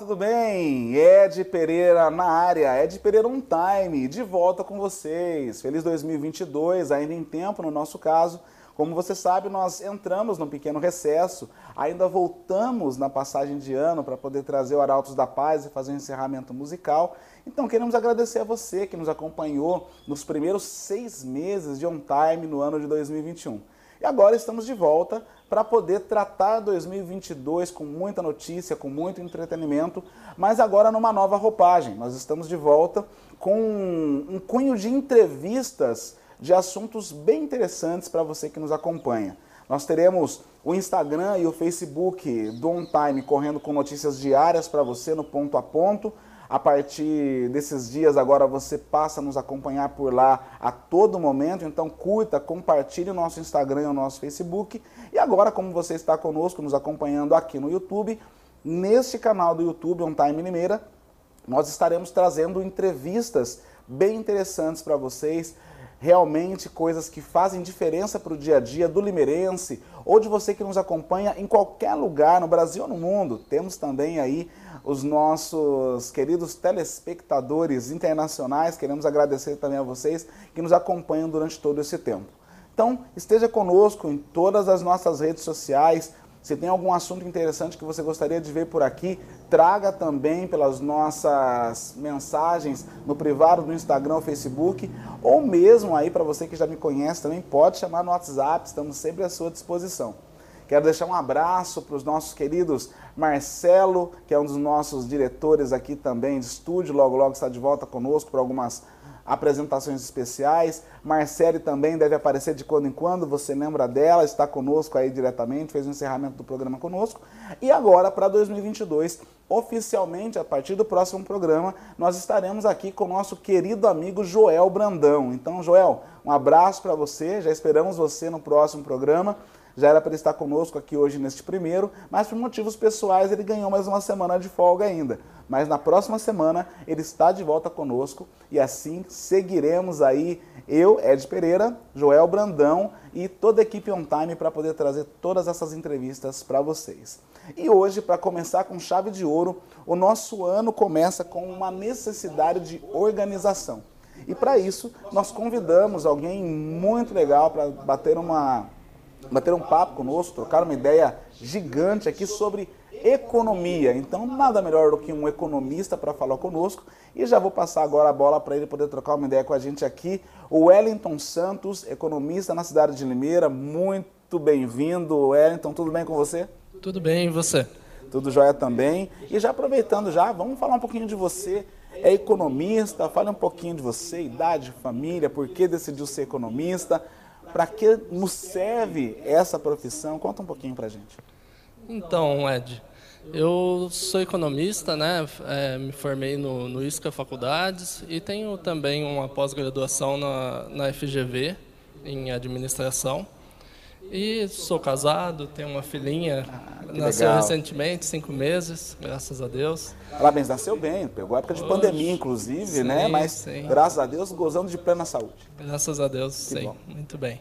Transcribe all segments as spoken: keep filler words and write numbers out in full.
tudo bem? Ed Pereira na área, Ed Pereira On Time, de volta com vocês. Feliz dois mil e vinte e dois, ainda em tempo no nosso caso. Como você sabe, nós entramos num pequeno recesso, ainda voltamos na passagem de ano para poder trazer o Arautos da Paz e fazer um encerramento musical. Então queremos agradecer a você que nos acompanhou nos primeiros seis meses de On Time no ano de dois mil e vinte e um. E agora estamos de volta para poder tratar dois mil e vinte e dois com muita notícia, com muito entretenimento, mas agora numa nova roupagem. Nós estamos de volta com um cunho de entrevistas de assuntos bem interessantes para você que nos acompanha. Nós teremos o Instagram e o Facebook do On Time correndo com notícias diárias para você no ponto a ponto. A partir desses dias agora você passa a nos acompanhar por lá a todo momento, então curta, compartilhe o nosso Instagram e o nosso Facebook. E agora, como você está conosco, nos acompanhando aqui no YouTube, neste canal do YouTube, On Time Limeira, nós estaremos trazendo entrevistas bem interessantes para vocês, realmente coisas que fazem diferença para o dia a dia do limeirense ou de você que nos acompanha em qualquer lugar, no Brasil ou no mundo. Temos também aí os nossos queridos telespectadores internacionais, queremos agradecer também a vocês que nos acompanham durante todo esse tempo. Então, esteja conosco em todas as nossas redes sociais. Se tem algum assunto interessante que você gostaria de ver por aqui, traga também pelas nossas mensagens no privado do Instagram ou Facebook, ou mesmo aí para você que já me conhece também, pode chamar no WhatsApp, estamos sempre à sua disposição. Quero deixar um abraço para os nossos queridos Marcelo, que é um dos nossos diretores aqui também de estúdio, logo logo está de volta conosco para algumas apresentações especiais. Marcele também deve aparecer de quando em quando, você lembra dela, está conosco aí diretamente, fez o encerramento do programa conosco. E agora, para dois mil e vinte e dois, oficialmente, a partir do próximo programa, nós estaremos aqui com o nosso querido amigo Joel Brandão. Então, Joel, um abraço para você, já esperamos você no próximo programa. Já era para ele estar conosco aqui hoje neste primeiro, mas por motivos pessoais ele ganhou mais uma semana de folga ainda. Mas na próxima semana ele está de volta conosco e assim seguiremos aí eu, Ed Pereira, Joel Brandão e toda a equipe On Time para poder trazer todas essas entrevistas para vocês. E hoje, para começar com chave de ouro, o nosso ano começa com uma necessidade de organização. E para isso nós convidamos alguém muito legal para bater uma... bater um papo conosco, trocar uma ideia gigante aqui sobre economia. Então, nada melhor do que um economista para falar conosco. E já vou passar agora a bola para ele poder trocar uma ideia com a gente aqui. O Wellington Santos, economista na cidade de Limeira. Muito bem-vindo, Wellington. Tudo bem com você? Tudo bem, e você? Tudo jóia também. E já aproveitando já, vamos falar um pouquinho de você. É economista, fale um pouquinho de você, idade, família, por que decidiu ser economista. Para que nos serve essa profissão? Conta um pouquinho para a gente. Então, Ed, eu sou economista, né? É, me formei no, no ISCA Faculdades e tenho também uma pós-graduação na, na F G V, em administração. E sou casado, tenho uma filhinha, ah, nasceu legal. recentemente, cinco meses, graças a Deus. Parabéns, nasceu bem, pegou a época de pandemia, inclusive, sim, né? Mas, sim, graças a Deus, gozando de plena saúde. Graças a Deus, que sim, bom. Muito bem.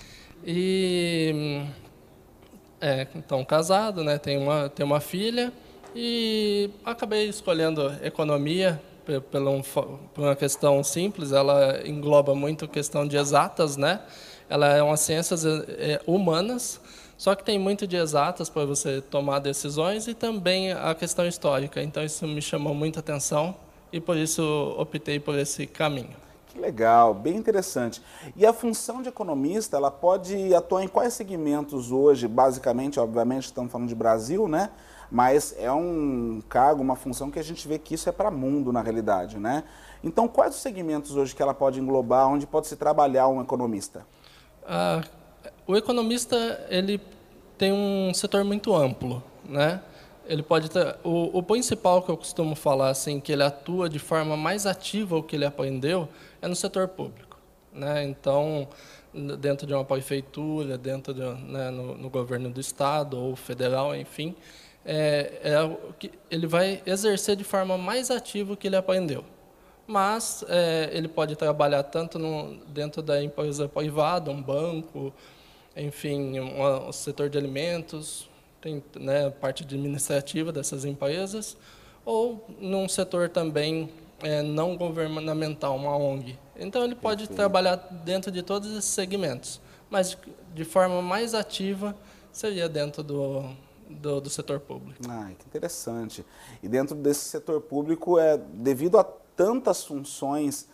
E, é, então, casado, né? Tenho uma, tenho uma filha e acabei escolhendo economia por, um, por uma questão simples, ela engloba muito questão de exatas, né? Ela é uma ciências humanas, só que tem muito de exatas para você tomar decisões e também a questão histórica. Então, isso me chamou muita atenção e, por isso, optei por esse caminho. Que legal, bem interessante. E a função de economista, ela pode atuar em quais segmentos hoje? Basicamente, obviamente, estamos falando de Brasil, né? Mas é um cargo, uma função que a gente vê que isso é para mundo, na realidade, né? Então, quais os segmentos hoje que ela pode englobar, onde pode se trabalhar um economista? Ah, o economista ele tem um setor muito amplo, né? Ele pode ter, o, o principal que eu costumo falar assim que ele atua de forma mais ativa o que ele aprendeu é no setor público, né? Então, dentro de uma prefeitura, dentro de, né, no, no governo do estado ou federal, enfim, é, é o que ele vai exercer de forma mais ativa o que ele aprendeu. Mas é, ele pode trabalhar tanto no, dentro da empresa privada, um banco, enfim, um, um setor de alimentos, tem, né, parte administrativa dessas empresas, ou num setor também é, não governamental, uma O N G. Então, ele pode Perfeito. trabalhar dentro de todos esses segmentos, mas de forma mais ativa seria dentro do, do, do setor público. Ah, que interessante. E dentro desse setor público, é devido a tantas funções,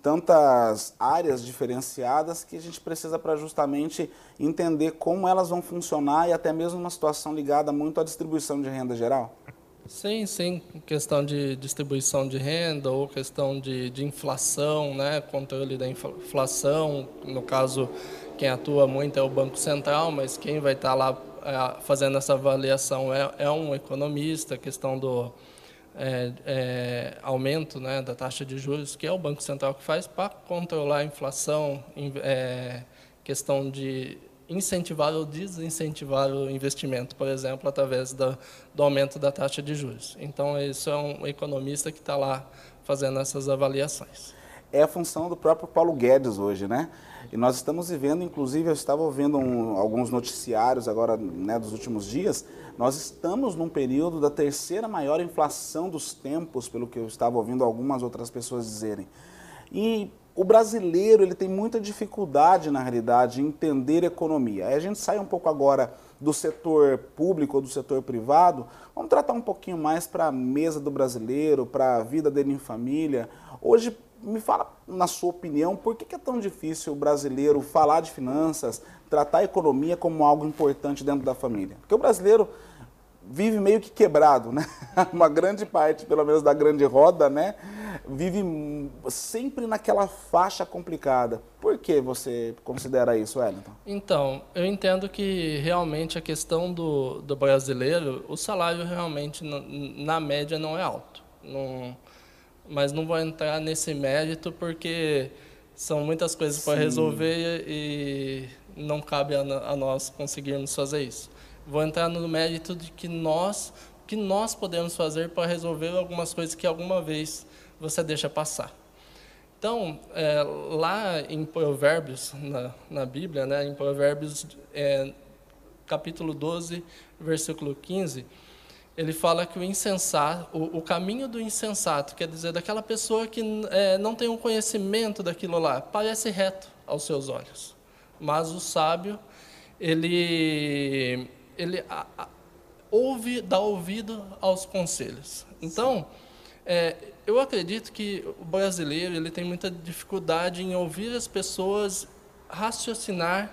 tantas áreas diferenciadas, que a gente precisa para justamente entender como elas vão funcionar e até mesmo uma situação ligada muito à distribuição de renda geral? Sim, sim, questão de distribuição de renda ou questão de, de inflação, né, controle da inflação. No caso, quem atua muito é o Banco Central, mas quem vai estar lá é, fazendo essa avaliação é, é um economista, questão do é, é, aumento, né, da taxa de juros, que é o Banco Central que faz para controlar a inflação, é, questão de incentivar ou desincentivar o investimento, por exemplo, através do, do aumento da taxa de juros. Então, isso é um economista que está lá fazendo essas avaliações. É a função do próprio Paulo Guedes hoje, né? E nós estamos vivendo, inclusive, eu estava ouvindo um, alguns noticiários agora, né, dos últimos dias, nós estamos num período da terceira maior inflação dos tempos, pelo que eu estava ouvindo algumas outras pessoas dizerem. E o brasileiro, ele tem muita dificuldade, na realidade, em entender economia. Aí a gente sai um pouco agora do setor público ou do setor privado, vamos tratar um pouquinho mais para a mesa do brasileiro, para a vida dele em família. Hoje, me fala, na sua opinião, por que é tão difícil o brasileiro falar de finanças, tratar a economia como algo importante dentro da família? Porque o brasileiro vive meio que quebrado, né? Uma grande parte, pelo menos da grande roda, né? Vive sempre naquela faixa complicada. Por que você considera isso, Wellington? Então, eu entendo que realmente a questão do, do brasileiro, o salário realmente, na média, não é alto. Não, mas não vou entrar nesse mérito porque são muitas coisas para resolver e não cabe a, a nós conseguirmos fazer isso. Vou entrar no mérito de que nós, que nós podemos fazer para resolver algumas coisas que alguma vez você deixa passar. Então, é, lá em Provérbios, na, na Bíblia, né, em Provérbios, é, capítulo doze, versículo quinze, ele fala que o insensato, o, o caminho do insensato, quer dizer, daquela pessoa que é, não tem um conhecimento daquilo lá, parece reto aos seus olhos. Mas o sábio, ele... ele a, a, ouve, dá ouvido aos conselhos. Então, é, eu acredito que o brasileiro ele tem muita dificuldade em ouvir as pessoas, raciocinar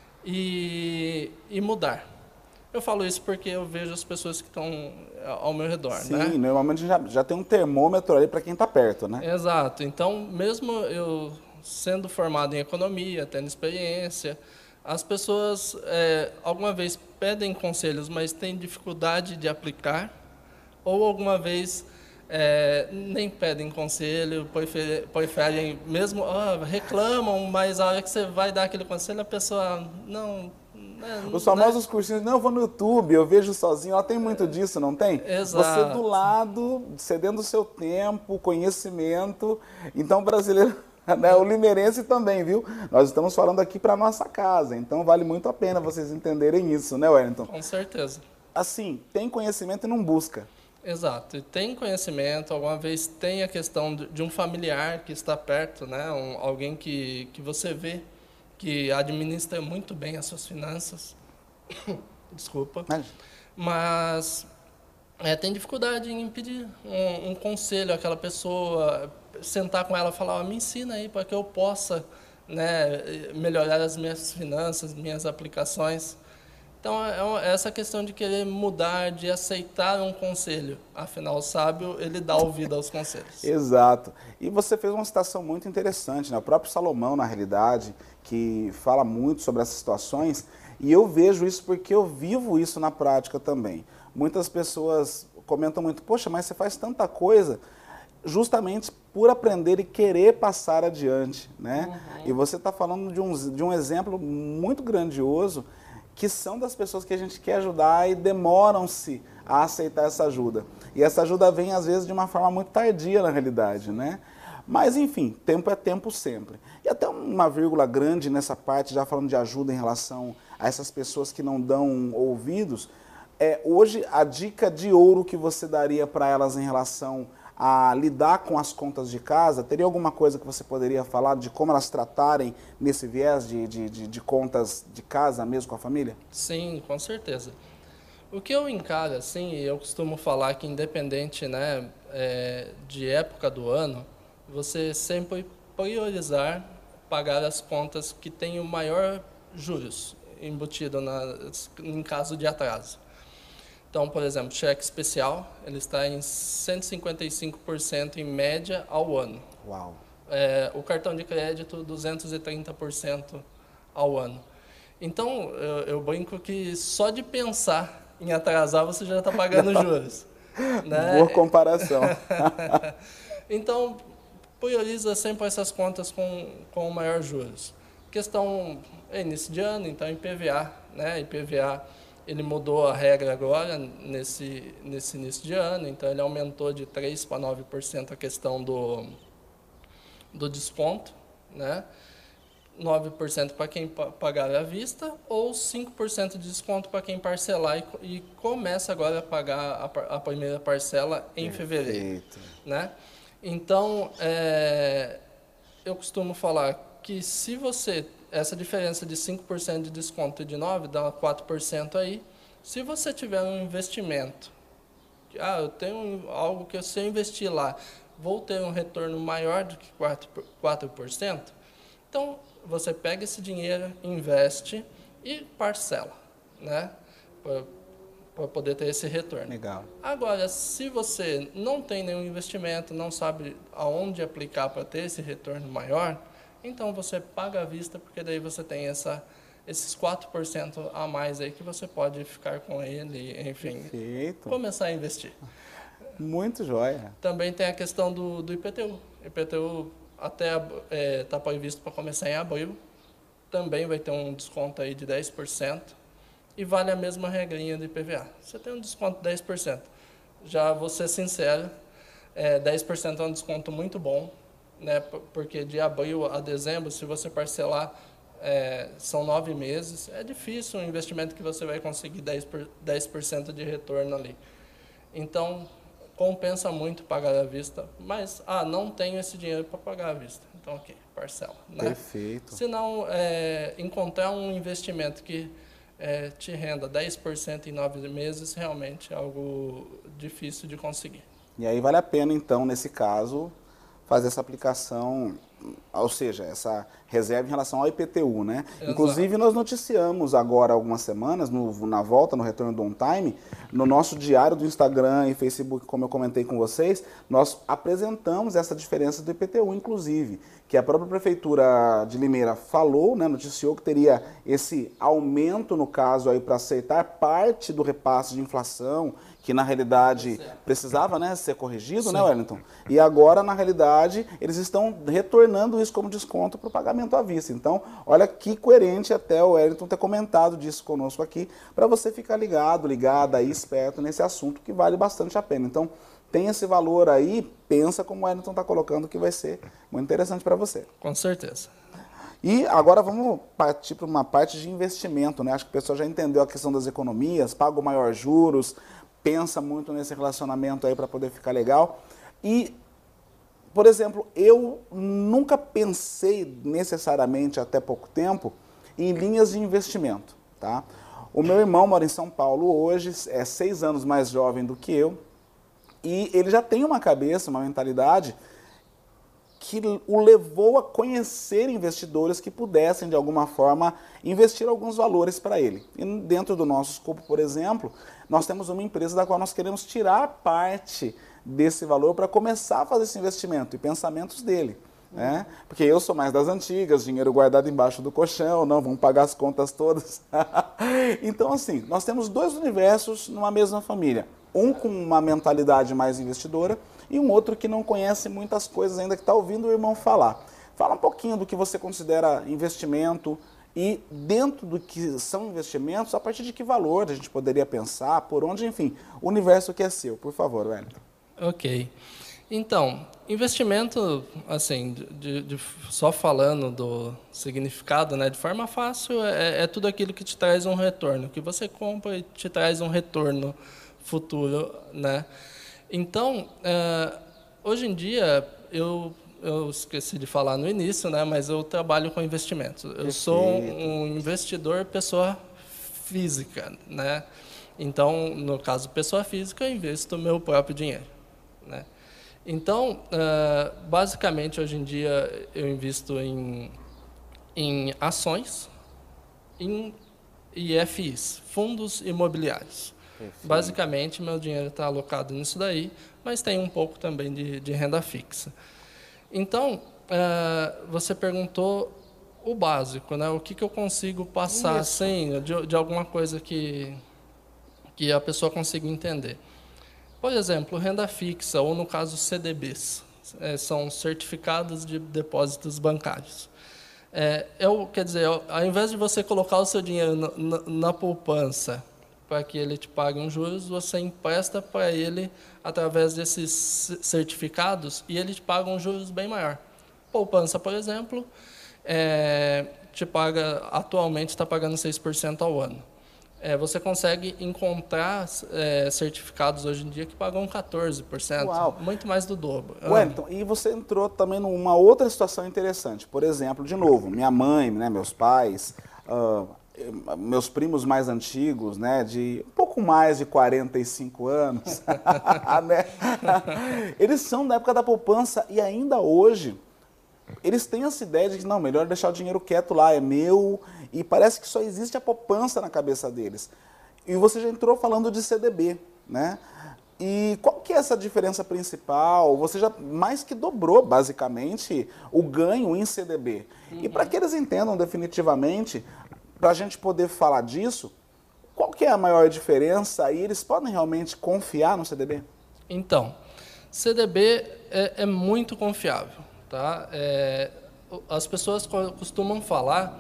e, e mudar. Eu falo isso porque eu vejo as pessoas que estão ao meu redor, Sim, né? Sim, normalmente já, já tem um termômetro ali para quem está perto, né? Exato. Então, mesmo eu sendo formado em economia, tendo experiência, as pessoas, é, alguma vez, pedem conselhos, mas têm dificuldade de aplicar, ou alguma vez é, nem pedem conselho, preferem, preferem mesmo, ah, reclamam, mas a hora que você vai dar aquele conselho, a pessoa, não... É, Os famosos né? cursinhos, não, eu vou no YouTube, eu vejo sozinho, ela tem muito disso, não tem? Exato. Você do lado, cedendo o seu tempo, conhecimento, então o brasileiro... Né, o limeirense também, viu? Nós estamos falando aqui para nossa casa, então vale muito a pena vocês entenderem isso, né, Wellington? Com certeza. Assim, tem conhecimento e não busca. Exato, e tem conhecimento, alguma vez tem a questão de um familiar que está perto, né? Um, alguém que, que você vê que administra muito bem as suas finanças, desculpa, Mas, mas é, tem dificuldade em pedir um, um conselho àquela pessoa, sentar com ela e falar, oh, me ensina aí para que eu possa, né, melhorar as minhas finanças, minhas aplicações. Então, é essa questão de querer mudar, de aceitar um conselho. Afinal, o sábio, ele dá ouvido aos conselhos. Exato. E você fez uma citação muito interessante, né? O próprio Salomão, na realidade, que fala muito sobre essas situações, e eu vejo isso porque eu vivo isso na prática também. Muitas pessoas comentam muito, poxa, mas você faz tanta coisa, justamente por aprender e querer passar adiante, né? Uhum. E você está falando de um, de um exemplo muito grandioso, que são das pessoas que a gente quer ajudar e demoram-se a aceitar essa ajuda. E essa ajuda vem, às vezes, de uma forma muito tardia, na realidade, né? Mas, enfim, tempo é tempo sempre. E até uma vírgula grande nessa parte, já falando de ajuda em relação a essas pessoas que não dão ouvidos, É, hoje, a dica de ouro que você daria para elas em relação a lidar com as contas de casa, teria alguma coisa que você poderia falar de como elas tratarem nesse viés de, de, de, de contas de casa mesmo com a família? Sim, com certeza. O que eu encaro, assim, eu costumo falar que independente, né, é, de época do ano, você sempre priorizar pagar as contas que têm o maior juros embutido na, em caso de atraso. Então, por exemplo, cheque especial, ele está em cento e cinquenta e cinco por cento em média ao ano. Uau! É, o cartão de crédito, duzentos e trinta por cento ao ano. Então, eu, eu brinco que só de pensar em atrasar, você já está pagando juros. Né? Boa comparação. Então, prioriza sempre essas contas com, com maior juros. Questão, é início de ano, então I P V A, né? I P V A, ele mudou a regra agora, nesse, nesse início de ano, então ele aumentou de três por cento para nove por cento a questão do, do desconto, né? nove por cento para quem pagar à vista ou cinco por cento de desconto para quem parcelar e, e começa agora a pagar a, a primeira parcela em Perfeito. fevereiro. Né? Então, é, eu costumo falar que se você, essa diferença de cinco por cento de desconto e de nove por cento dá quatro por cento aí, se você tiver um investimento, ah, eu tenho algo que se eu investir lá, vou ter um retorno maior do que quatro por cento, então você pega esse dinheiro, investe e parcela, né? Para poder ter esse retorno. Legal. Agora, se você não tem nenhum investimento, não sabe aonde aplicar para ter esse retorno maior, então você paga à vista, porque daí você tem essa, esses quatro por cento a mais aí que você pode ficar com ele, enfim, Perfeito. Começar a investir. Muito joia. Também tem a questão do, do I P T U. I P T U até está é, previsto para começar em abril, também vai ter um desconto aí de dez por cento e vale a mesma regrinha do I P V A. Você tem um desconto de dez por cento. Já vou ser sincero, é, dez por cento é um desconto muito bom, né, porque de abril a dezembro, se você parcelar, é, são nove meses, é difícil um investimento que você vai conseguir dez por cento de retorno ali. Então, compensa muito pagar à vista, mas, ah, não tenho esse dinheiro para pagar à vista. Então, ok, parcela. Né? Perfeito. Se não, é, encontrar um investimento que é, te renda dez por cento em nove meses, realmente é algo difícil de conseguir. E aí vale a pena, então, nesse caso, fazer essa aplicação, ou seja, essa reserva em relação ao I P T U, né? Exato. Inclusive, nós noticiamos agora, algumas semanas, no, na volta, no retorno do On Time, no nosso diário do Instagram e Facebook, como eu comentei com vocês, nós apresentamos essa diferença do I P T U, inclusive, que a própria Prefeitura de Limeira falou, né, noticiou que teria esse aumento, no caso, aí para aceitar parte do repasse de inflação, que na realidade precisava, né, ser corrigido, Sim. né, Wellington? E agora, na realidade, eles estão retornando isso como desconto para o pagamento à vista. Então, olha que coerente até o Wellington ter comentado disso conosco aqui, para você ficar ligado, ligada aí, esperto nesse assunto que vale bastante a pena. Então, tem esse valor aí, pensa como o Wellington está colocando, que vai ser muito interessante para você. Com certeza. E agora vamos partir para uma parte de investimento, né? Acho que o pessoal já entendeu a questão das economias, paga o maior juros, pensa muito nesse relacionamento aí para poder ficar legal. E, por exemplo, eu nunca pensei necessariamente, até pouco tempo, em linhas de investimento, tá? O meu irmão mora em São Paulo hoje, é seis anos mais jovem do que eu, e ele já tem uma cabeça, uma mentalidade que o levou a conhecer investidores que pudessem, de alguma forma, investir alguns valores para ele. E dentro do nosso escopo, por exemplo, nós temos uma empresa da qual nós queremos tirar parte desse valor para começar a fazer esse investimento e pensamentos dele. Né? Porque eu sou mais das antigas, dinheiro guardado embaixo do colchão, não, vamos pagar as contas todas. Então, assim, nós temos dois universos numa mesma família. Um com uma mentalidade mais investidora e um outro que não conhece muitas coisas ainda, que está ouvindo o irmão falar. Fala um pouquinho do que você considera investimento e dentro do que são investimentos, a partir de que valor a gente poderia pensar, por onde, enfim, o universo que é seu. Por favor, Wellington. Ok. Então, investimento, assim, de, de, só falando do significado, né, de forma fácil, é, é tudo aquilo que te traz um retorno, que você compra e te traz um retorno futuro, né? Então, é, hoje em dia, eu, eu esqueci de falar no início, né, mas eu trabalho com investimentos. Eu Perfeito. sou um investidor pessoa física, né? Então, no caso pessoa física, eu investo o meu próprio dinheiro, né? Então, uh, basicamente, hoje em dia, eu invisto em, em ações em e F Is, fundos imobiliários. Perfeito. Basicamente, meu dinheiro está alocado nisso daí, mas tem um pouco também de, de renda fixa. Então, uh, você perguntou o básico, né? O que, que eu consigo passar assim, de, de alguma coisa que, que a pessoa consiga entender. Por exemplo, renda fixa, ou no caso C D Bs, é, são certificados de depósitos bancários. É, eu, quer dizer, ao invés de você colocar o seu dinheiro na, na, na poupança para que ele te pague uns juros, você empresta para ele através desses certificados e ele te paga um juros bem maior. Poupança, por exemplo, é, te paga, atualmente está pagando seis por cento ao ano. É, você consegue encontrar é, certificados hoje em dia que pagam quatorze por cento, Uau. Muito mais do dobro. Wellington, e você entrou também numa outra situação interessante. Por exemplo, de novo, minha mãe, né, meus pais, uh, meus primos mais antigos, né, de um pouco mais de quarenta e cinco anos, né? Eles são da época da poupança e ainda hoje eles têm essa ideia de que não, melhor deixar o dinheiro quieto lá, é meu, e parece que só existe a poupança na cabeça deles. E você já entrou falando de C D B, né? E qual que é essa diferença principal? Você já mais que dobrou, basicamente, o ganho em C D B. Uhum. E para que eles entendam definitivamente, para a gente poder falar disso, qual que é a maior diferença e eles podem realmente confiar no C D B? Então, C D B é, é muito confiável. Tá? É, as pessoas costumam falar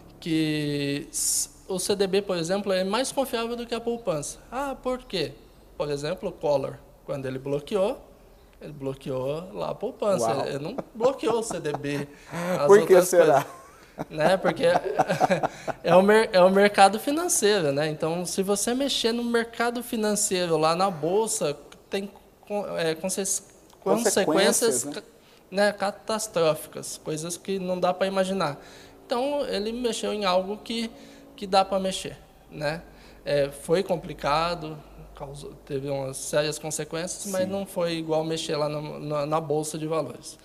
que o C D B, por exemplo, é mais confiável do que a poupança. Ah, por quê? Por exemplo, o Collor, quando ele bloqueou, ele bloqueou lá a poupança, Uau. Ele não bloqueou o C D B. As por que será? Coisas, né? Porque é o, mer é o mercado financeiro, né? Então, se você mexer no mercado financeiro lá na bolsa, tem é, consequências, consequências né? Né, catastróficas, coisas que não dá para imaginar. Então, ele mexeu em algo que, que dá para mexer. Né? É, foi complicado, causou, teve umas sérias consequências, Sim. mas não foi igual mexer lá no, na, na Bolsa de Valores.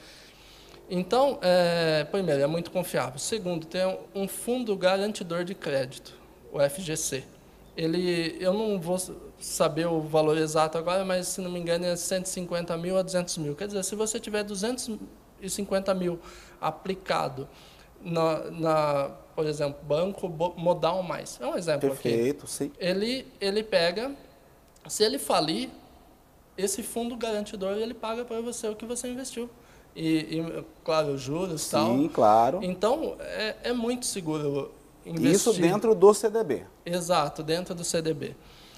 Então, é, primeiro, é muito confiável. Segundo, tem um fundo garantidor de crédito, o F G C. Ele, eu não vou saber o valor exato agora, mas, se não me engano, é cento e cinquenta mil a duzentos mil. Quer dizer, se você tiver duzentos e cinquenta mil aplicado na, na, por exemplo, Banco Modal Mais, é um exemplo Perfeito, aqui. Sim. Ele, ele pega, se ele falir, esse fundo garantidor, ele paga para você o que você investiu. E, e claro, juros e tal. Sim, claro. Então, é, é muito seguro investir. Isso dentro do C D B. Exato, dentro do C D B.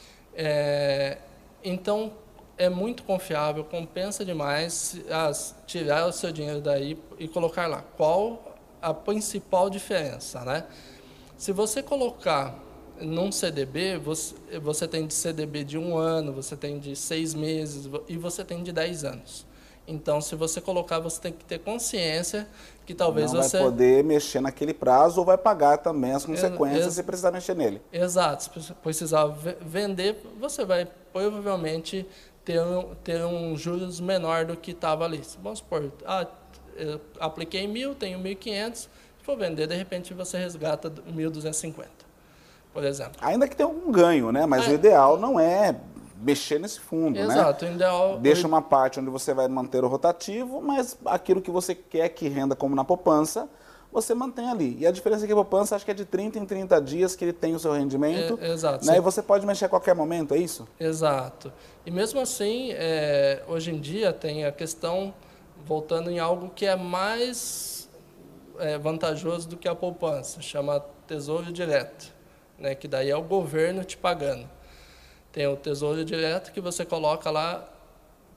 É, então, é muito confiável, compensa demais as, tirar o seu dinheiro daí e colocar lá. Qual a principal diferença? Né? Se você colocar num C D B, você, você tem de C D B de um ano, você tem de seis meses e você tem de dez anos. Então, se você colocar, você tem que ter consciência que talvez não você... Não vai poder mexer naquele prazo ou vai pagar também as consequências Ex se precisar mexer nele. Exato. Se precisar vender, você vai provavelmente ter um, ter um juros menor do que estava ali. Vamos supor, ah, eu apliquei mil, tenho mil e quinhentos, se for vender, de repente você resgata mil duzentos e cinquenta, por exemplo. Ainda que tenha algum ganho, né? Mas é. o ideal não é mexer nesse fundo, Exato, né? Ideal... Deixa uma parte onde você vai manter o rotativo, mas aquilo que você quer que renda como na poupança, você mantém ali. E a diferença é que a poupança, acho que é de trinta em trinta dias que ele tem o seu rendimento. É, exato. Né? E você pode mexer a qualquer momento, é isso? Exato. E mesmo assim, é, hoje em dia tem a questão, voltando em algo que é mais é, vantajoso do que a poupança, chama Tesouro Direto, né? Que daí é o governo te pagando. Tem o Tesouro Direto que você coloca lá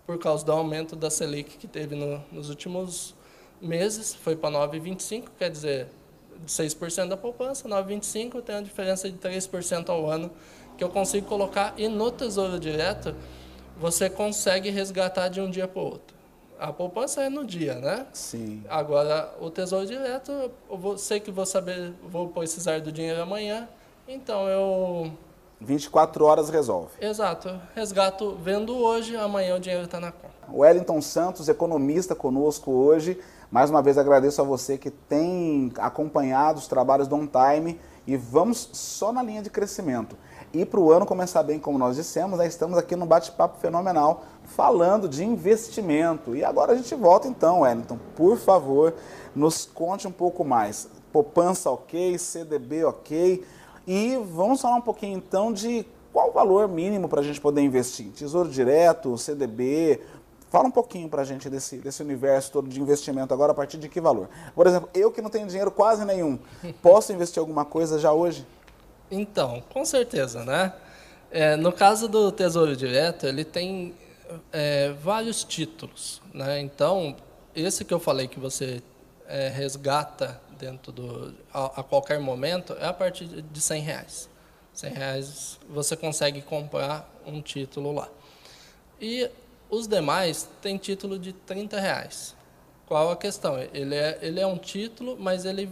por causa do aumento da Selic que teve no, nos últimos meses, foi para nove vírgula vinte e cinco, quer dizer, seis por cento da poupança, nove vírgula vinte e cinco, tem uma diferença de três por cento ao ano que eu consigo colocar, e no Tesouro Direto você consegue resgatar de um dia para o outro. A poupança é no dia, né? Sim. Agora, o Tesouro Direto, eu vou, sei que vou saber, vou precisar do dinheiro amanhã, então eu... vinte e quatro horas resolve. Exato. Resgato vendo hoje, amanhã o dinheiro está na conta. Wellington Santos, economista, conosco hoje. Mais uma vez agradeço a você que tem acompanhado os trabalhos do On Time e vamos só na linha de crescimento. E para o ano começar bem, como nós dissemos, né, estamos aqui no Bate-Papo Fenomenal falando de investimento. E agora a gente volta então, Wellington, por favor, nos conte um pouco mais. Poupança ok, C D B ok. E vamos falar um pouquinho então de qual o valor mínimo para a gente poder investir. Tesouro Direto, C D B, fala um pouquinho para a gente desse, desse universo todo de investimento agora, a partir de que valor? Por exemplo, eu que não tenho dinheiro quase nenhum, posso investir alguma coisa já hoje? Então, com certeza, né? É, no caso do Tesouro Direto, ele tem é, vários títulos, né? Então, esse que eu falei que você é, resgata dentro do a, a qualquer momento é a partir de cem reais. cem reais você consegue comprar um título lá. E os demais têm título de trinta reais. Qual a questão? Ele é, ele é um título, mas ele,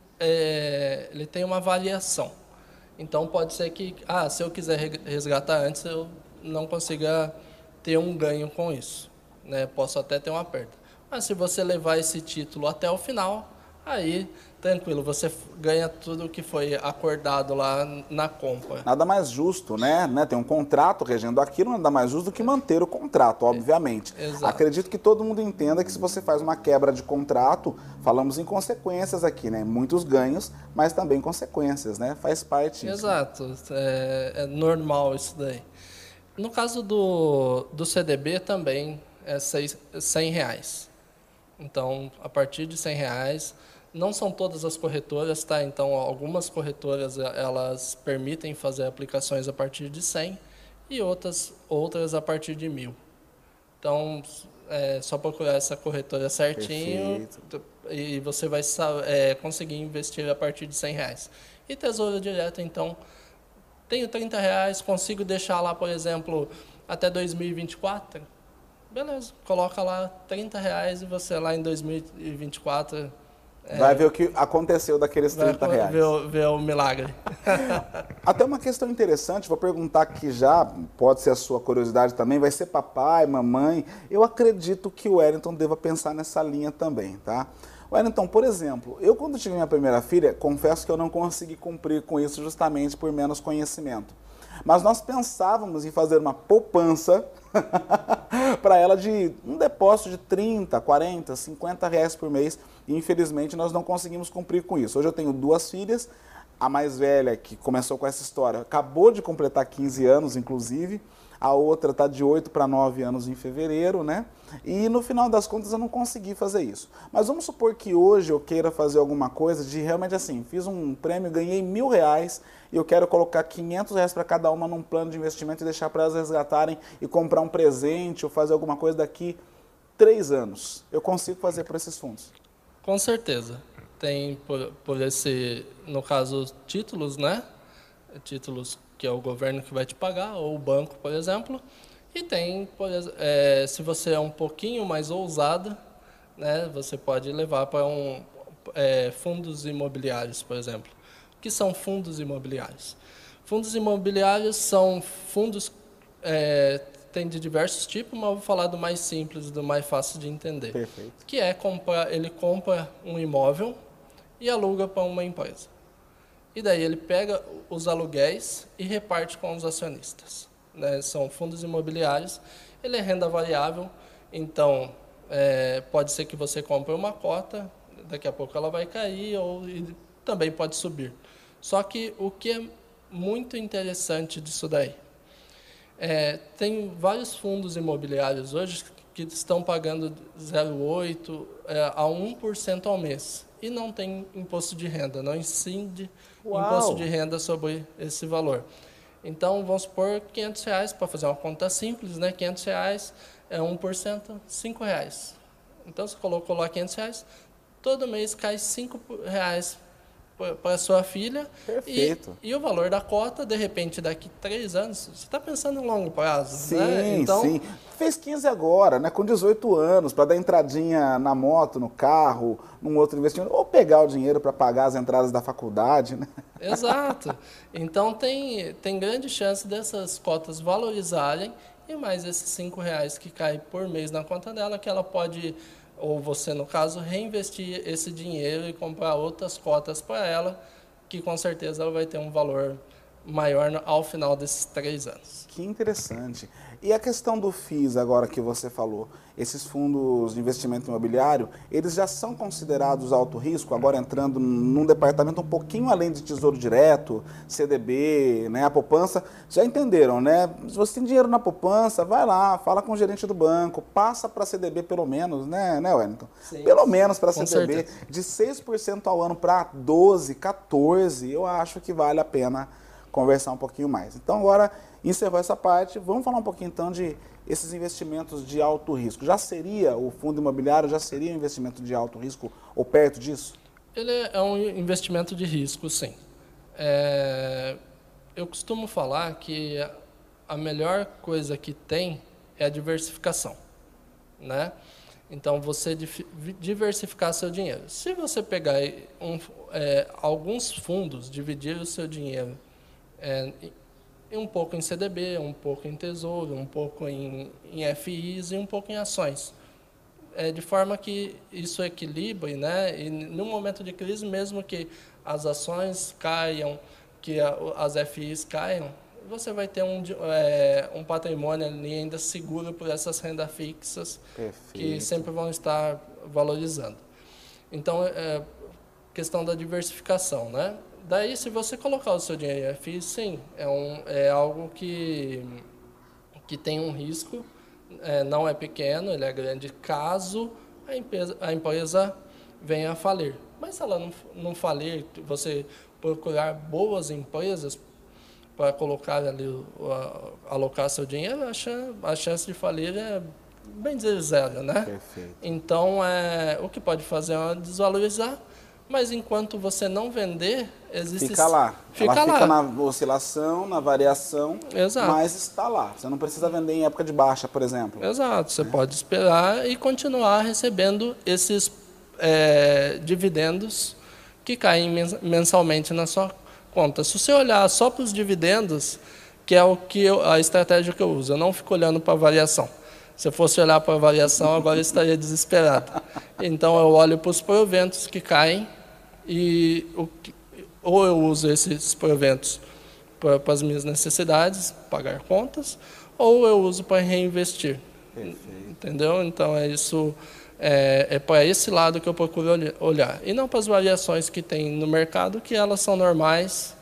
é, ele tem uma variação. Então, pode ser que, ah, se eu quiser resgatar antes, eu não consiga ter um ganho com isso, né? Posso até ter uma perda. Mas se você levar esse título até o final, aí, tranquilo, você ganha tudo o que foi acordado lá na compra. Nada mais justo, né? né? Tem um contrato regendo aquilo, nada mais justo do que manter o contrato, obviamente. Exato. Acredito que todo mundo entenda que se você faz uma quebra de contrato, falamos em consequências aqui, né? Muitos ganhos, mas também consequências, né? Faz parte. Exato, é, é normal isso daí. No caso do, do C D B também é seis, cem reais. Então, a partir de cem reais... Não são todas as corretoras, tá? Então, algumas corretoras elas permitem fazer aplicações a partir de cem e outras, outras a partir de mil. Então, é só procurar essa corretora certinho. Perfeito. E você vai é, conseguir investir a partir de cem reais. E Tesouro Direto, então, tenho trinta reais, consigo deixar lá, por exemplo, até dois mil e vinte e quatro? Beleza, coloca lá trinta reais e você lá em dois mil e vinte e quatro... Vai é, ver o que aconteceu daqueles trinta reais. Ver o, ver o milagre. Até uma questão interessante, vou perguntar aqui já, pode ser a sua curiosidade também, vai ser papai, mamãe. Eu acredito que o Wellington deva pensar nessa linha também, tá? Wellington, por exemplo, eu quando tive minha primeira filha, confesso que eu não consegui cumprir com isso justamente por menos conhecimento. Mas nós pensávamos em fazer uma poupança para ela de um depósito de trinta, quarenta, cinquenta reais por mês. E infelizmente nós não conseguimos cumprir com isso. Hoje eu tenho duas filhas, a mais velha que começou com essa história acabou de completar quinze anos, inclusive. A outra está de oito para nove anos em fevereiro, né? E no final das contas eu não consegui fazer isso. Mas vamos supor que hoje eu queira fazer alguma coisa de realmente assim, fiz um prêmio, ganhei mil reais e eu quero colocar quinhentos reais para cada uma num plano de investimento e deixar para elas resgatarem e comprar um presente ou fazer alguma coisa daqui três anos. Eu consigo fazer por esses fundos? Com certeza. Tem por, por esse, no caso, títulos, né? Títulos que é o governo que vai te pagar, ou o banco, por exemplo. E tem, por, é, se você é um pouquinho mais ousado, né, você pode levar para um, é, fundos imobiliários, por exemplo. O que são fundos imobiliários? Fundos imobiliários são fundos, é, tem de diversos tipos, mas eu vou falar do mais simples, do mais fácil de entender. Perfeito. Que é, comprar, ele compra um imóvel e aluga para uma empresa. E daí ele pega os aluguéis e reparte com os acionistas, né? São fundos imobiliários, ele é renda variável, então é, pode ser que você compre uma cota, daqui a pouco ela vai cair ou e também pode subir. Só que o que é muito interessante disso daí, é, tem vários fundos imobiliários hoje que estão pagando zero vírgula oito por cento é, a um por cento ao mês. E não tem imposto de renda, não incide Uau. imposto de renda sobre esse valor. Então, vamos supor quinhentos reais, para fazer uma conta simples, né? quinhentos reais, é um por cento, cinco reais. Então, você colocou lá quinhentos reais, todo mês cai cinco reais para a sua filha. Perfeito. E, e o valor da cota, de repente, daqui três anos, você está pensando em longo prazo. Sim, né? Então, sim. Fez quinze agora, né? Com dezoito anos, para dar entradinha na moto, no carro, num outro investimento, ou pegar o dinheiro para pagar as entradas da faculdade, né? Exato. Então, tem, tem grande chance dessas cotas valorizarem e mais esses cinco reais que cai por mês na conta dela, que ela pode, ou você, no caso, reinvestir esse dinheiro e comprar outras cotas para ela, que com certeza ela vai ter um valor maior no, ao final desses três anos. Que interessante. E a questão do F I S agora que você falou, esses fundos de investimento imobiliário, eles já são considerados alto risco, agora entrando num departamento um pouquinho além de Tesouro Direto, C D B, né, a poupança, já entenderam, né? Se você tem dinheiro na poupança, vai lá, fala com o gerente do banco, passa para C D B pelo menos, né, né Wellington? Sim, pelo menos para C D B, certeza. De seis por cento ao ano para doze, quatorze, eu acho que vale a pena conversar um pouquinho mais. Então agora encerrou essa parte, vamos falar um pouquinho então de esses investimentos de alto risco. Já seria o fundo imobiliário, já seria um investimento de alto risco ou perto disso? Ele é um investimento de risco, sim. É, eu costumo falar que a melhor coisa que tem é a diversificação, né? Então, você diversificar seu dinheiro. Se você pegar um, é, alguns fundos, dividir o seu dinheiro é, um pouco em C D B, um pouco em Tesouro, um pouco em, em F Is e um pouco em ações. É, de forma que isso equilibre, né? E no momento de crise, mesmo que as ações caiam, que a, as F Is caiam, você vai ter um, é, um patrimônio ali ainda seguro por essas rendas fixas. Perfeito. Que sempre vão estar valorizando. Então, é questão da diversificação, né? Daí, se você colocar o seu dinheiro em F I, sim, é, um, é algo que, que tem um risco, é, não é pequeno, ele é grande, caso a empresa, a empresa venha a falir. Mas se ela não, não falir, você procurar boas empresas para colocar ali, alocar seu dinheiro, a chance, a chance de falir é bem dizer zero, né? Perfeito. Então, é, o que pode fazer é desvalorizar, mas enquanto você não vender, existe... Fica lá. Fica Ela lá. Fica na oscilação, na variação, Exato. Mas está lá. Você não precisa vender em época de baixa, por exemplo. Exato. Você é. pode esperar e continuar recebendo esses é, dividendos que caem mensalmente na sua conta. Se você olhar só para os dividendos, que é o que eu, a estratégia que eu uso, eu não fico olhando para a variação. Se eu fosse olhar para a variação, agora eu estaria desesperado. Então, eu olho para os proventos que caem e o, ou eu uso esses proventos para, para as minhas necessidades, pagar contas, ou eu uso para reinvestir. Perfeito. Entendeu? Então, é isso, é, é para esse lado que eu procuro olhar. E não para as variações que tem no mercado, que elas são normais,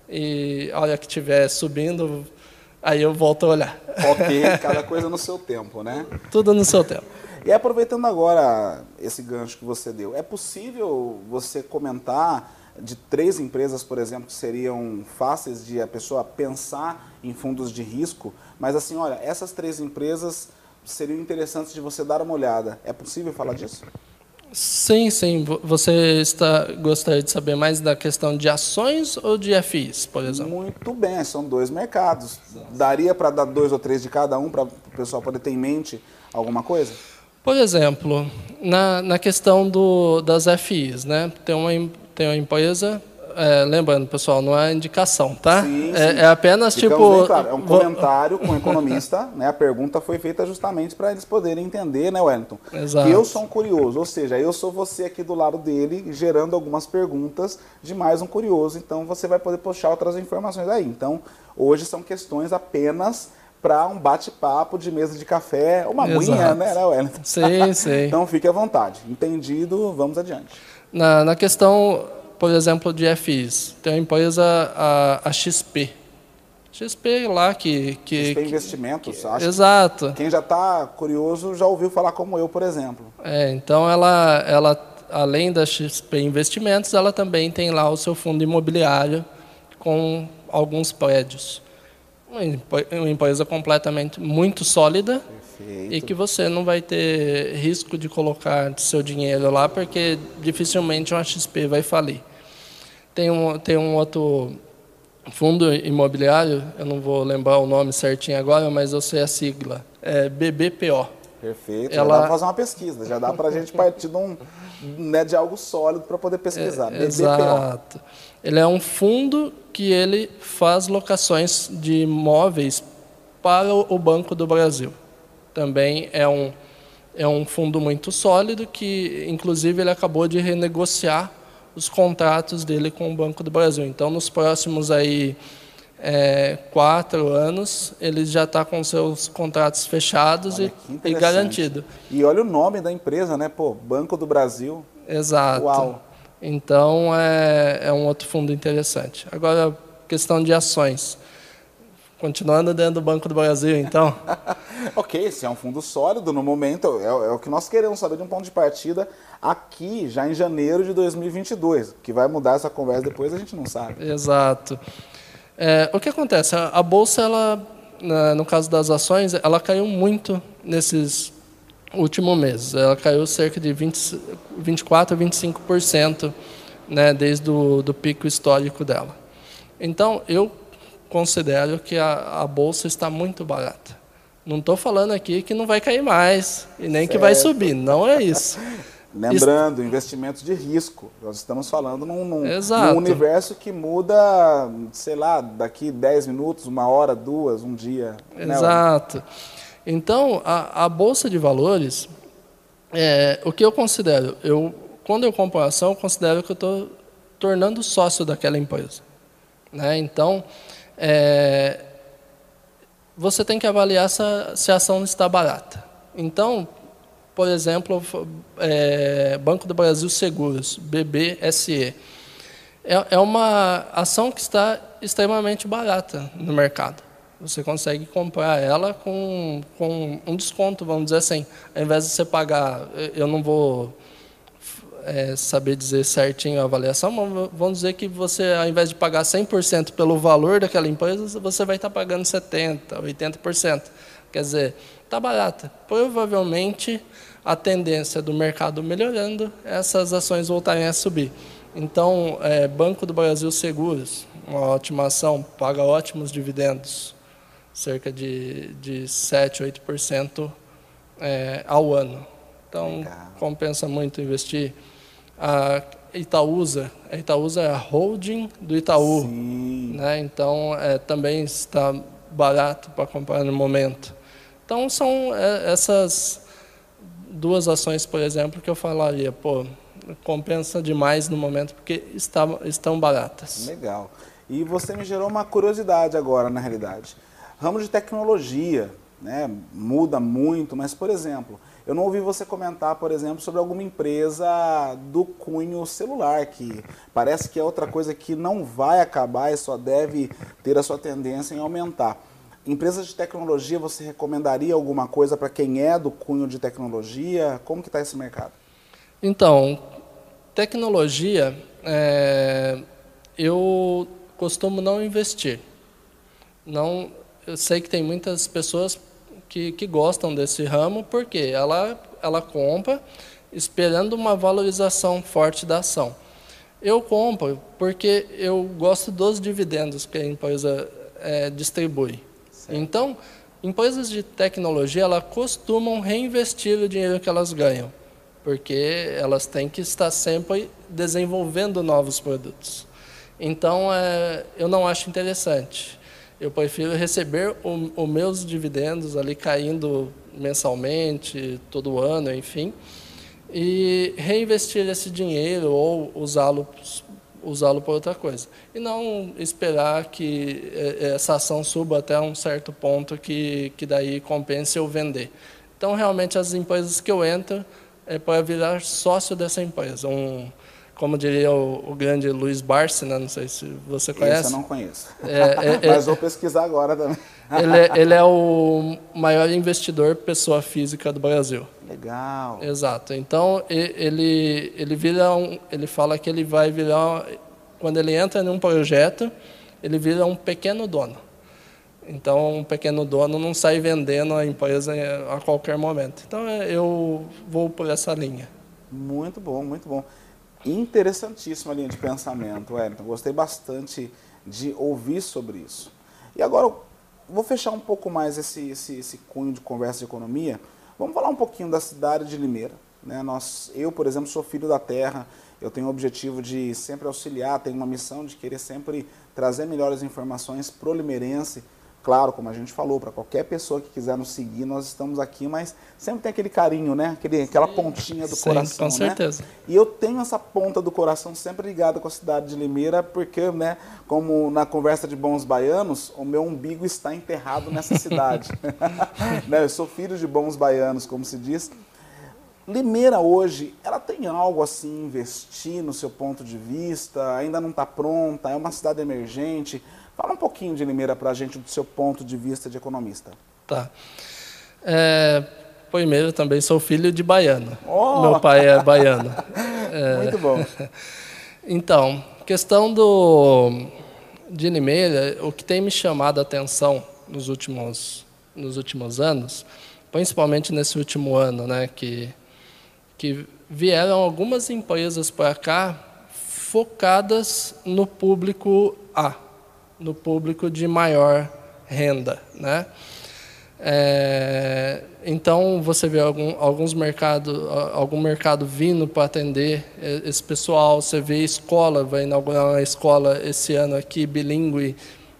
e a hora que estiver subindo, aí eu volto a olhar. Ok, cada coisa no seu tempo, né? Tudo no seu tempo. E aproveitando agora esse gancho que você deu, é possível você comentar de três empresas, por exemplo, que seriam fáceis de a pessoa pensar em fundos de risco, mas assim, olha, essas três empresas seriam interessantes de você dar uma olhada. É possível falar disso? Sim, sim. Você está, gostaria de saber mais da questão de ações ou de F Is, por exemplo? Muito bem, são dois mercados. Daria para dar dois ou três de cada um para o pessoal poder ter em mente alguma coisa? Por exemplo, na, na questão do, das F Is, né? Tem uma, tem uma empresa... É, lembrando, pessoal, não é indicação, tá? Sim, é, sim. é apenas Ficamos tipo... bem claro. É um comentário com o economista, né? A pergunta foi feita justamente para eles poderem entender, né, Wellington? Exato. Que eu sou um curioso, ou seja, eu sou você aqui do lado dele, gerando algumas perguntas de mais um curioso, então você vai poder puxar outras informações aí. Então, hoje são questões apenas para um bate-papo de mesa de café, uma aguinha, né, Wellington? Sim, sim. Então, fique à vontade. Entendido, vamos adiante. Na, na questão... Por exemplo, de F Is, tem uma empresa, a, a X P. X P lá que... que X P Investimentos, que, acho exato. Que quem já está curioso já ouviu falar como eu, por exemplo. É, então, ela, ela, além da X P Investimentos, ela também tem lá o seu fundo imobiliário com alguns prédios. uma empresa completamente muito sólida. Perfeito. E que você não vai ter risco de colocar seu dinheiro lá, porque dificilmente uma X P vai falir. Tem um, tem um outro fundo imobiliário, eu não vou lembrar o nome certinho agora, mas eu sei a sigla, é B B P O. Perfeito, Ela... já dá para fazer uma pesquisa, já dá para a gente partir de, um, né, de algo sólido para poder pesquisar. É, exato. Ele é um fundo que ele faz locações de imóveis para o Banco do Brasil. Também é um, é um fundo muito sólido que, inclusive, ele acabou de renegociar os contratos dele com o Banco do Brasil. Então, nos próximos aí, é, quatro anos, ele já está com seus contratos fechados e, e garantido. E olha o nome da empresa, né? Pô, Banco do Brasil. Exato. Uau. Então, é, é um outro fundo interessante. Agora, questão de ações. Continuando dentro do Banco do Brasil, então. Ok, se é um fundo sólido, no momento, é, é o que nós queremos saber de um ponto de partida aqui, já em janeiro de dois mil e vinte e dois. Que vai mudar essa conversa depois, a gente não sabe. Exato. É, o que acontece? A, a Bolsa, ela, na, no caso das ações, ela caiu muito nesses últimos meses. Ela caiu cerca de vinte, vinte e quatro por cento a vinte e cinco por cento, né, desde o do pico histórico dela. Então, eu considero que a, a Bolsa está muito barata. Não estou falando aqui que não vai cair mais e nem certo. Que vai subir, não é isso. Lembrando, isso... investimentos de risco. Nós estamos falando num, num, num universo que muda, sei lá, daqui dez minutos, uma hora, duas, um dia. Exato. Né? Então, a, a Bolsa de Valores, é, o que eu considero? Eu, quando eu compro a ação, eu considero que eu estou tornando sócio daquela empresa. Né? Então, É, você tem que avaliar se a, se a ação está barata. Então, por exemplo, é, Banco do Brasil Seguros, B B S E, é, é uma ação que está extremamente barata no mercado. Você consegue comprar ela com, com um desconto, vamos dizer assim. Ao invés de você pagar, eu não vou... É, saber dizer certinho a avaliação, mas vamos dizer que você, ao invés de pagar cem por cento pelo valor daquela empresa, você vai estar pagando setenta por cento, oitenta por cento. Quer dizer, está barata. Provavelmente, a tendência do mercado melhorando, essas ações voltarem a subir. Então, é, Banco do Brasil Seguros, uma ótima ação, paga ótimos dividendos, cerca de, de sete, oito por cento é, ao ano. Então, legal. Compensa muito investir. A Itaúsa, a Itaúsa é a holding do Itaú, né? Então é, também está barato para comprar no momento. Então são é, essas duas ações, por exemplo, que eu falaria, pô, compensa demais no momento porque está, estão baratas. Legal. E você me gerou uma curiosidade agora, na realidade. Ramo de tecnologia, né, muda muito, mas, por exemplo, eu não ouvi você comentar, por exemplo, sobre alguma empresa do cunho celular, que parece que é outra coisa que não vai acabar e só deve ter a sua tendência em aumentar. Empresas de tecnologia, você recomendaria alguma coisa para quem é do cunho de tecnologia? Como que está esse mercado? Então, tecnologia, é, eu costumo não investir. Não, eu sei que tem muitas pessoas que, que gostam desse ramo, porque ela, ela compra esperando uma valorização forte da ação. Eu compro porque eu gosto dos dividendos que a empresa é, distribui. Certo. Então, empresas de tecnologia, elas costumam reinvestir o dinheiro que elas ganham, porque elas têm que estar sempre desenvolvendo novos produtos. Então, é, eu não acho interessante. Eu prefiro receber os meus dividendos ali caindo mensalmente, todo ano, enfim, e reinvestir esse dinheiro ou usá-lo usá-lo para outra coisa. E não esperar que essa ação suba até um certo ponto que, que daí compense eu vender. Então, realmente, as empresas que eu entro é para virar sócio dessa empresa. Um, como diria o, o grande Luiz Bárcena, não sei se você conhece. Esse eu não conheço, é, é, mas vou pesquisar agora também. Ele é, ele é o maior investidor pessoa física do Brasil. Legal. Exato. Então, ele, ele, vira um, ele fala que ele vai virar, quando ele entra num projeto, ele vira um pequeno dono. Então, um pequeno dono não sai vendendo a empresa a qualquer momento. Então, eu vou por essa linha. Muito bom, muito bom. Interessantíssima linha de pensamento, Wellington. Gostei bastante de ouvir sobre isso. E agora, vou fechar um pouco mais esse, esse, esse cunho de conversa de economia. Vamos falar um pouquinho da cidade de Limeira. Né? Nós, eu, por exemplo, sou filho da terra. Eu tenho o objetivo de sempre auxiliar, tenho uma missão de querer sempre trazer melhores informações para o limeirense. Claro, como a gente falou, para qualquer pessoa que quiser nos seguir, nós estamos aqui, mas sempre tem aquele carinho, né? Aquele, aquela pontinha do Sim, coração, com certeza. Né? E eu tenho essa ponta do coração sempre ligada com a cidade de Limeira, porque, né, como na conversa de bons baianos, o meu umbigo está enterrado nessa cidade. Né? Eu sou filho de bons baianos, como se diz. Limeira hoje, ela tem algo assim, investir no seu ponto de vista, ainda não está pronta, é uma cidade emergente. Fala um pouquinho de Limeira para a gente, do seu ponto de vista de economista. Tá. É, primeiro, também sou filho de baiano. Oh! Meu pai é baiano. É, muito bom. Então, questão do, de Limeira, o que tem me chamado a atenção nos últimos, nos últimos anos, principalmente nesse último ano, né, que, que vieram algumas empresas para cá focadas no público A, no público de maior renda, né? É, então você vê algum, alguns mercados, algum mercado vindo para atender esse pessoal. Você vê escola, vai inaugurar uma escola esse ano aqui bilíngue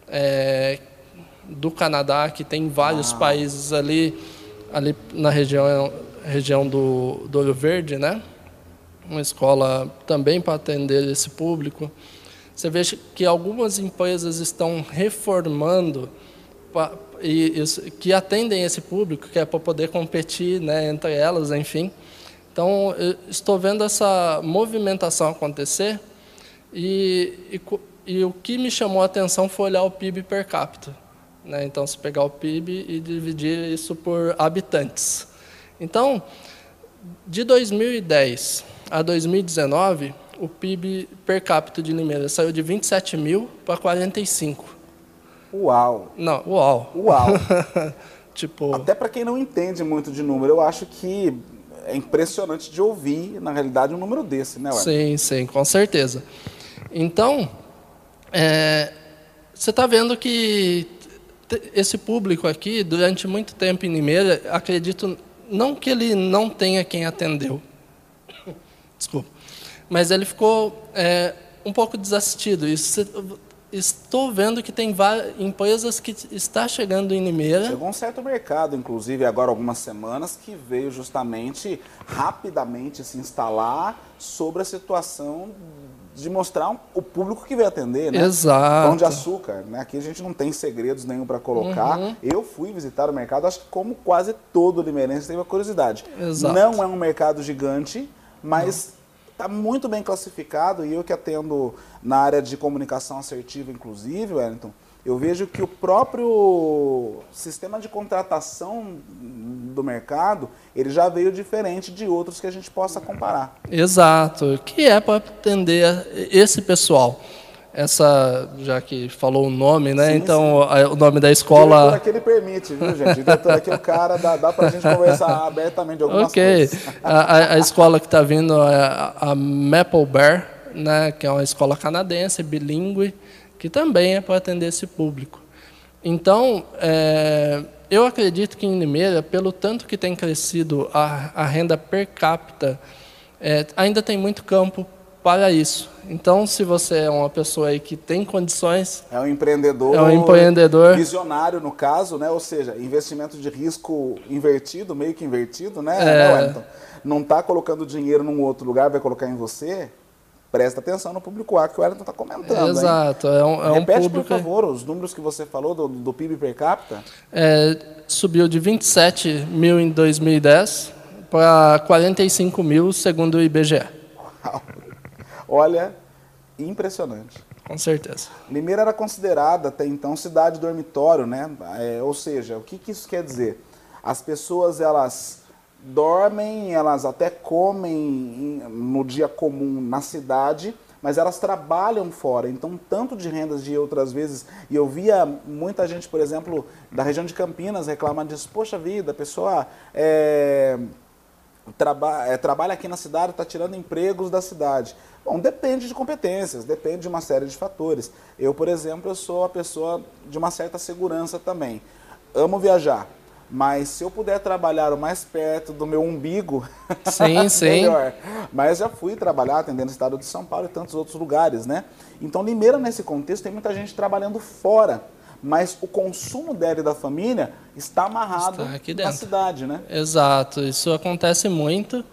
é, do Canadá, que tem vários ah. países ali, ali na região, região do, do Ouro Verde, né? Uma escola também para atender esse público. Você vê que algumas empresas estão reformando pra, e, e, que atendem esse público, que é para poder competir, né, entre elas, enfim. Então, eu estou vendo essa movimentação acontecer e, e, e o que me chamou a atenção foi olhar o P I B per capita. Né? Então, se pegar o P I B e dividir isso por habitantes. Então, de dois mil e dez a dois mil e dezenove, o P I B per capita de Limeira saiu de vinte e sete mil para quarenta e cinco. Uau! Não, uau! Uau! Tipo... Até para quem não entende muito de número, eu acho que é impressionante de ouvir, na realidade, um número desse, né, Wellington? Sim, sim, com certeza. Então, é, você está vendo que esse público aqui, durante muito tempo em Limeira, acredito, não que ele não tenha quem atendeu, desculpa, mas ele ficou é, um pouco desassistido. Isso, estou vendo que tem várias empresas que estão chegando em Limeira. Chegou um certo mercado, inclusive, agora algumas semanas, que veio justamente rapidamente se instalar sobre a situação de mostrar o público que veio atender, né? Exato. Pão de açúcar, né? Aqui a gente não tem segredos nenhum para colocar. Uhum. Eu fui visitar o mercado, acho que como quase todo limeirense teve a curiosidade. Exato. Não é um mercado gigante, mas está muito bem classificado, e eu que atendo na área de comunicação assertiva, inclusive, Wellington, eu vejo que o próprio sistema de contratação do mercado, ele já veio diferente de outros que a gente possa comparar. Exato, que é para atender esse pessoal. Essa, já que falou o nome, né? Sim, então, sim. O nome da escola... O diretor aqui ele permite, viu, gente? O diretor aqui é o cara, dá, dá para a gente conversar abertamente de algumas okay. coisas. a, a escola que está vindo é a Maple Bear, né? Que é uma escola canadense, bilíngue, que também é para atender esse público. Então, é, eu acredito que em Limeira, pelo tanto que tem crescido a, a renda per capita, é, ainda tem muito campo para isso. Então, se você é uma pessoa aí que tem condições... É um empreendedor, é um empreendedor visionário, no caso, né? Ou seja, investimento de risco invertido, meio que invertido, né? É... Não, não está colocando dinheiro num outro lugar, vai colocar em você... Presta atenção no público A que o Wellington está comentando. Exato. Hein? É um, é Repete, um público... por favor, os números que você falou do, do P I B per capita. É, subiu de vinte e sete mil em dois mil e dez para quarenta e cinco mil, segundo o I B G E. Uau. Olha, impressionante. Com certeza. Limeira era considerada até então cidade dormitório, né? É, ou seja, o que, que isso quer dizer? As pessoas, elas... dormem, elas até comem no dia comum na cidade, mas elas trabalham fora, então tanto de rendas de outras vezes, e eu via muita gente, por exemplo, da região de Campinas reclamando disso, poxa vida, a pessoa é, traba, é, trabalha aqui na cidade, está tirando empregos da cidade. Bom, depende de competências, depende de uma série de fatores. Eu, por exemplo, eu sou a pessoa de uma certa segurança também. Amo viajar, mas se eu puder trabalhar o mais perto do meu umbigo, sim, sim. melhor. Mas já fui trabalhar atendendo o estado de São Paulo e tantos outros lugares, né? Então, Limeira, nesse contexto, tem muita gente trabalhando fora, mas o consumo dela e da família está amarrado está aqui na dentro. cidade, né? Exato, isso acontece muito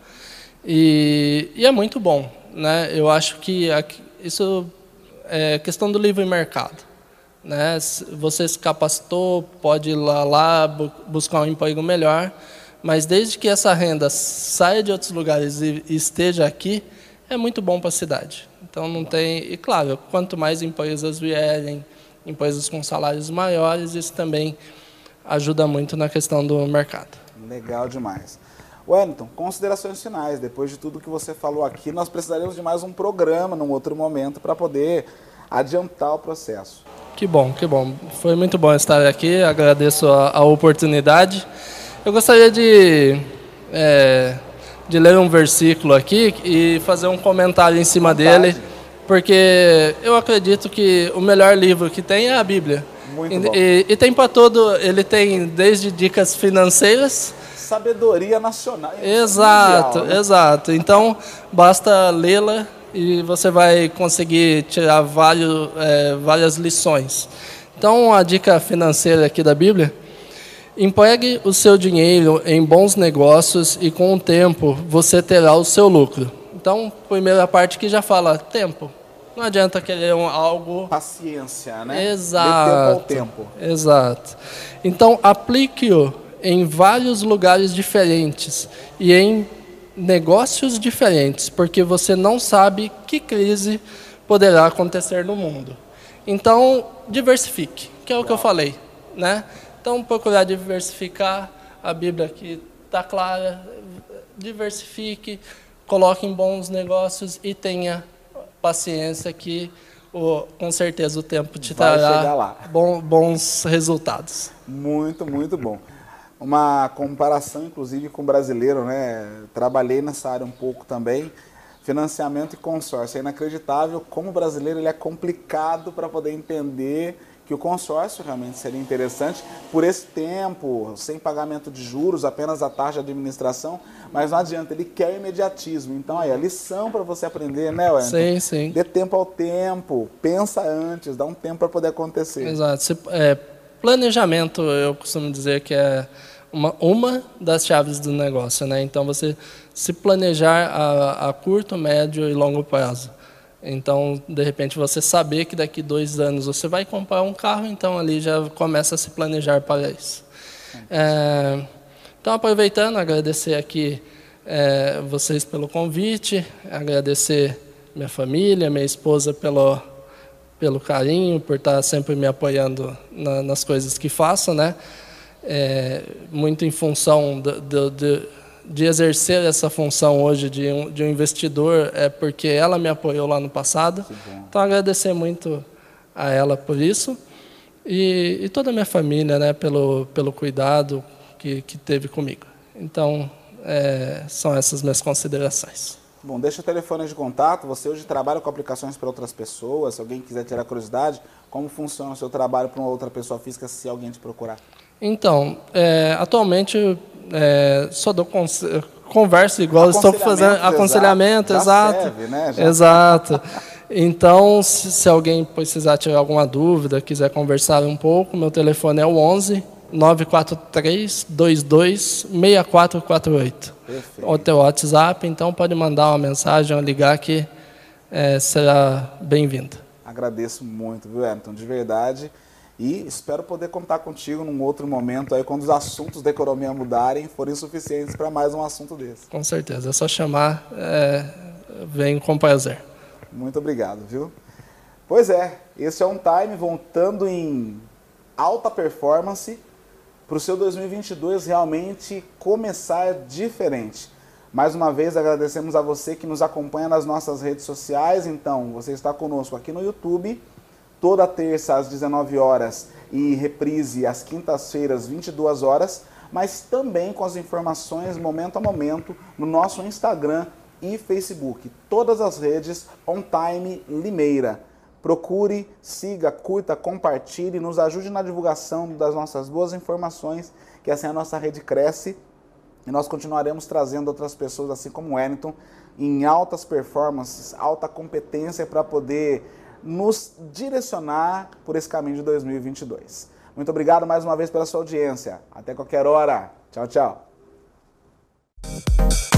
e, e é muito bom, né? Eu acho que aqui, isso é questão do livre mercado, né? Você se capacitou, pode ir lá, lá buscar um emprego melhor, mas desde que essa renda saia de outros lugares e, e esteja aqui, é muito bom para a cidade. Então não tem, e claro, quanto mais empresas vierem, empresas com salários maiores, isso também ajuda muito na questão do mercado. Legal demais. Wellington, considerações finais. Depois de tudo que você falou aqui, nós precisaríamos de mais um programa num outro momento para poder adiantar o processo. Que bom, que bom. Foi muito bom estar aqui, agradeço a, a oportunidade. Eu gostaria de, é, de ler um versículo aqui e fazer um comentário em cima dele, porque eu acredito que o melhor livro que tem é a Bíblia. Muito e, bom. E, e tem para todo, ele tem desde dicas financeiras, sabedoria nacional. Exato, mundial, né? exato. Então, basta lê-la e você vai conseguir tirar vários, é, várias lições. Então, a dica financeira aqui da Bíblia: empregue o seu dinheiro em bons negócios e com o tempo você terá o seu lucro. Então, primeira parte que já fala tempo. Não adianta querer um, algo... Paciência, né? Exato. De tempo ao tempo. Exato. Então, aplique-o em vários lugares diferentes e em negócios diferentes, porque você não sabe que crise poderá acontecer no mundo. Então, diversifique, que é o Uau. que eu falei, né? Então, procurar diversificar, a Bíblia aqui está clara, diversifique, coloque em bons negócios e tenha paciência que o, com certeza o tempo te Vai trará lá. Bom, bons resultados. Muito, muito bom. Uma comparação, inclusive, com o brasileiro, né? Trabalhei nessa área um pouco também. Financiamento e consórcio. É inacreditável como o brasileiro ele é complicado para poder entender que o consórcio realmente seria interessante por esse tempo, sem pagamento de juros, apenas a taxa de administração, mas não adianta, ele quer imediatismo. Então, aí, a lição para você aprender, né, Wellington? Sim, sim. Dê tempo ao tempo, pensa antes, dá um tempo para poder acontecer. Exato. Se, é, planejamento, eu costumo dizer que é uma, uma das chaves do negócio, né? Então, você se planejar a, a curto, médio e longo prazo. Então, de repente, você saber que daqui dois anos você vai comprar um carro, então ali já começa a se planejar para isso. É, então, aproveitando, agradecer aqui é, vocês pelo convite, agradecer minha família, minha esposa pelo, pelo carinho, por estar sempre me apoiando na, nas coisas que faço, né? É, muito em função do, do, do de exercer essa função hoje de um, de um investidor, é porque ela me apoiou lá no passado. Então, agradecer muito a ela por isso. E, e toda a minha família, né, pelo, pelo cuidado que, que teve comigo. Então, é, são essas minhas considerações. Bom, deixa o telefone de contato. Você hoje trabalha com aplicações para outras pessoas. Se alguém quiser tirar curiosidade, como funciona o seu trabalho para uma outra pessoa física, se alguém te procurar? Então, é, atualmente, é, só dou cons conversa igual estou fazendo, aconselhamento, exato. Já serve, né? Já. Exato. Então, se, se alguém precisar tirar alguma dúvida, quiser conversar um pouco, meu telefone é o onze, nove quatro três, dois dois, seis quatro quatro oito. Perfeito. O teu WhatsApp, então pode mandar uma mensagem ou ligar que é, será bem-vindo. Agradeço muito, viu, Wellington, de verdade. E espero poder contar contigo num outro momento, aí, quando os assuntos da economia mudarem, forem suficientes para mais um assunto desse. Com certeza, é só chamar, é, vem com prazer. Muito obrigado, viu? Pois é, esse é um time voltando em alta performance para o seu dois mil e vinte e dois realmente começar diferente. Mais uma vez agradecemos a você que nos acompanha nas nossas redes sociais. Então, você está conosco aqui no YouTube, toda terça às dezenove horas e reprise às quintas-feiras, vinte e duas horas, mas também com as informações momento a momento no nosso Instagram e Facebook. Todas as redes On Time Limeira. Procure, siga, curta, compartilhe, nos ajude na divulgação das nossas boas informações, que assim a nossa rede cresce e nós continuaremos trazendo outras pessoas, assim como o Wellington, em altas performances, alta competência para poder nos direcionar por esse caminho de dois mil e vinte e dois. Muito obrigado mais uma vez pela sua audiência. Até qualquer hora. Tchau, tchau.